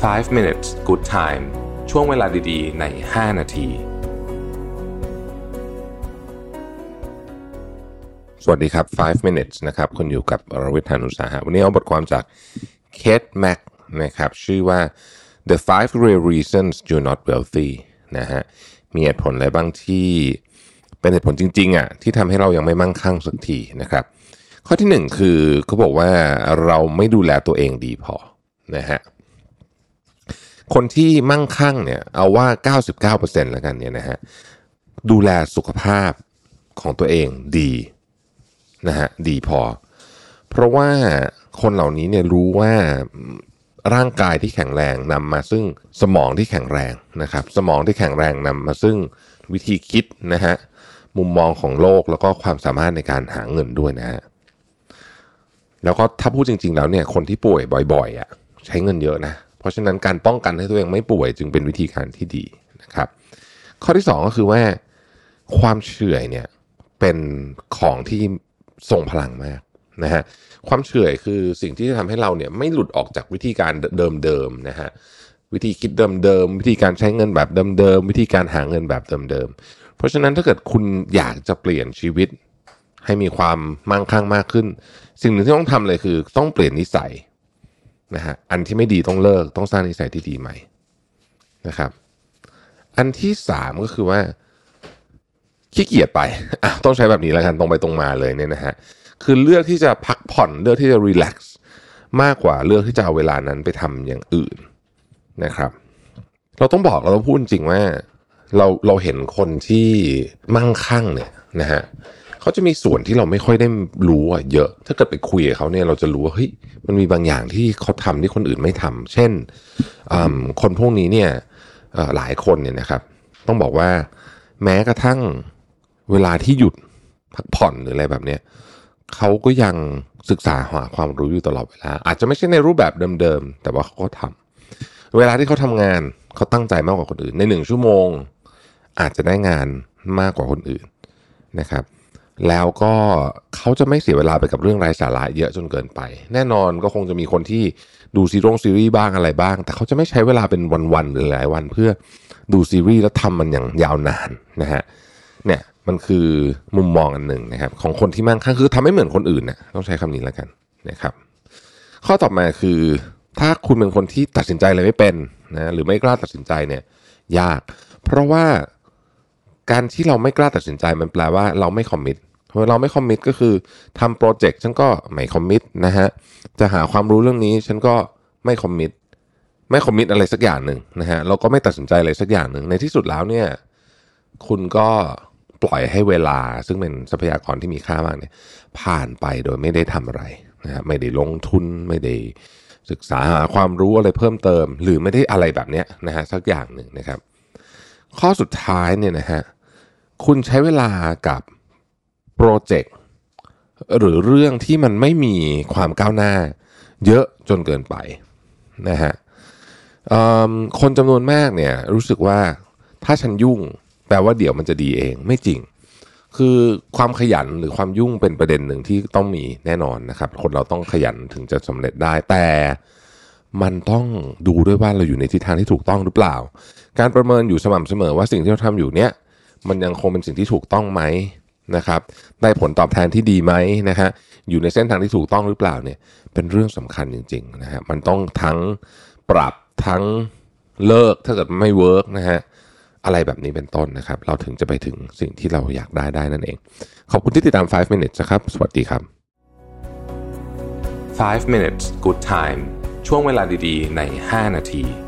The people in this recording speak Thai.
5 minutes good time ช่วงเวลาดีๆใน5นาทีสวัสดีครับ5 minutes นะครับคุณอยู่กับรวิทย์ หาญอุตสาหะวันนี้เอาบทความจากเคทแม็กนะครับชื่อว่า The 5 Real Reasons You're Not Wealthy นะฮะมีเหตุผลอะไรบ้างที่เป็นเหตุผลจริงๆอ่ะที่ทำให้เรายังไม่มั่งคั่งสักทีนะครับข้อที่หนึ่งคือเขาบอกว่าเราไม่ดูแลตัวเองดีพอนะฮะคนที่มั่งคั่งเนี่ยเอาว่า 99% แล้วกันเนี่ยนะฮะดูแลสุขภาพของตัวเองดีนะฮะดีพอเพราะว่าคนเหล่านี้เนี่ยรู้ว่าร่างกายที่แข็งแรงนำมาซึ่งสมองที่แข็งแรงนะครับสมองที่แข็งแรงนำมาซึ่งวิธีคิดนะฮะมุมมองของโลกแล้วก็ความสามารถในการหาเงินด้วยนะฮะแล้วก็ถ้าพูดจริงๆแล้วเนี่ยคนที่ป่วยบ่อยๆอ่ะใช้เงินเยอะนะเพราะฉะนั้นการป้องกันให้ตัวเองไม่ป่วยจึงเป็นวิธีการที่ดีนะครับข้อที่2ก็คือว่าความเฉื่อยเนี่ยเป็นของที่ทรงพลังมากนะฮะความเฉื่อยคือสิ่งที่จะทำให้เราเนี่ยไม่หลุดออกจากวิธีการเดิมๆนะฮะวิธีคิดเดิมๆวิธีการใช้เงินแบบเดิมๆวิธีการหาเงินแบบเดิมๆเพราะฉะนั้นถ้าเกิดคุณอยากจะเปลี่ยนชีวิตให้มีความมั่งคั่งมากขึ้นสิ่งหนึ่งที่ต้องทำเลยคือต้องเปลี่ยนนิสัยนะฮะอันที่ไม่ดีต้องเลิกต้องสร้างนิสัยที่ดีใหม่นะครับอันที่3ก็คือว่าขี้เกียจไปต้องใช้แบบนี้แล้วกันตรงไปตรงมาเลยเนี่ยนะฮะคือเลือกที่จะพักผ่อนเลือกที่จะรีแลกซ์มากกว่าเลือกที่จะเอาเวลานั้นไปทำอย่างอื่นนะครับเราต้องพูดจริงว่าเราเห็นคนที่มั่งคั่งเนี่ยนะฮะเขาจะมีส่วนที่เราไม่ค่อยได้รู้เยอะถ้าเกิดไปคุยกับเขาเนี่ยเราจะรู้ว่าเฮ้ยมันมีบางอย่างที่เขาทำที่คนอื่นไม่ทำเช่นคนพวกนี้เนี่ยหลายคนเนี่ยนะครับต้องบอกว่าแม้กระทั่งเวลาที่หยุดพักผ่อนหรืออะไรแบบเนี้ยเขาก็ยังศึกษาหาความรู้อยู่ตลอดเวลาอาจจะไม่ใช่ในรูปแบบเดิมๆแต่ว่าเขาก็ทำเวลาที่เขาทำงานเขาตั้งใจมากกว่าคนอื่นใน1ชั่วโมงอาจจะได้งานมากกว่าคนอื่นนะครับแล้วก็เขาจะไม่เสียเวลาไปกับเรื่องไร้สาระเยอะจนเกินไปแน่นอนก็คงจะมีคนที่ดูซีรีส์บ้างอะไรบ้างแต่เขาจะไม่ใช้เวลาเป็นวันๆหรือหลายวันเพื่อดูซีรีส์แล้วทำมันอย่างยาวนานนะฮะเนี่ยมันคือมุมมองอันหนึ่งนะครับของคนที่มั่งคั่งคือทำไม่เหมือนคนอื่นนะต้องใช้คำนี้แล้วกันนะครับข้อต่อมาคือถ้าคุณเป็นคนที่ตัดสินใจอะไรไม่เป็นนะหรือไม่กล้าตัดสินใจเนี่ยยากเพราะว่าการที่เราไม่กล้าตัดสินใจมันแปลว่าเราไม่คอมมิตเราไม่คอมมิตก็คือทำโปรเจกต์ฉันก็ไม่คอมมิตนะฮะจะหาความรู้เรื่องนี้ฉันก็ไม่คอมมิตอะไรสักอย่างหนึ่งนะฮะเราก็ไม่ตัดสินใจอะไรสักอย่างหนึ่งในที่สุดแล้วเนี่ยคุณก็ปล่อยให้เวลาซึ่งเป็นทรัพยากรที่มีค่ามากเนี่ยผ่านไปโดยไม่ได้ทำอะไรนะฮะไม่ได้ลงทุนไม่ได้ศึกษาหาความรู้อะไรเพิ่มเติมหรือไม่ได้อะไรแบบเนี้ยนะฮะสักอย่างหนึ่งนะครับข้อสุดท้ายเนี่ยนะฮะคุณใช้เวลากับโปรเจกต์หรือเรื่องที่มันไม่มีความก้าวหน้าเยอะจนเกินไปนะฮะคนจำนวนมากเนี่ยรู้สึกว่าถ้าฉันยุ่งแปลว่าเดี๋ยวมันจะดีเองไม่จริงคือความขยันหรือความยุ่งเป็นประเด็นหนึ่งที่ต้องมีแน่นอนนะครับคนเราต้องขยันถึงจะสำเร็จได้แต่มันต้องดูด้วยว่าเราอยู่ในทิศทางที่ถูกต้องหรือเปล่าการประเมินอยู่สม่ำเสมอว่าสิ่งที่เราทำอยู่เนี้ยมันยังคงเป็นสิ่งที่ถูกต้องไหมนะครับได้ผลตอบแทนที่ดีไหมนะฮะอยู่ในเส้นทางที่ถูกต้องหรือเปล่าเนี่ยเป็นเรื่องสำคัญจริงๆนะฮะมันต้องทั้งปรับทั้งเลิกถ้าเกิดไม่เวิร์กนะฮะอะไรแบบนี้เป็นต้นนะครับเราถึงจะไปถึงสิ่งที่เราอยากได้นั่นเองขอบคุณที่ติดตาม5 minutes นะครับสวัสดีครับ5 minutes good time ช่วงเวลาดีๆใน5นาที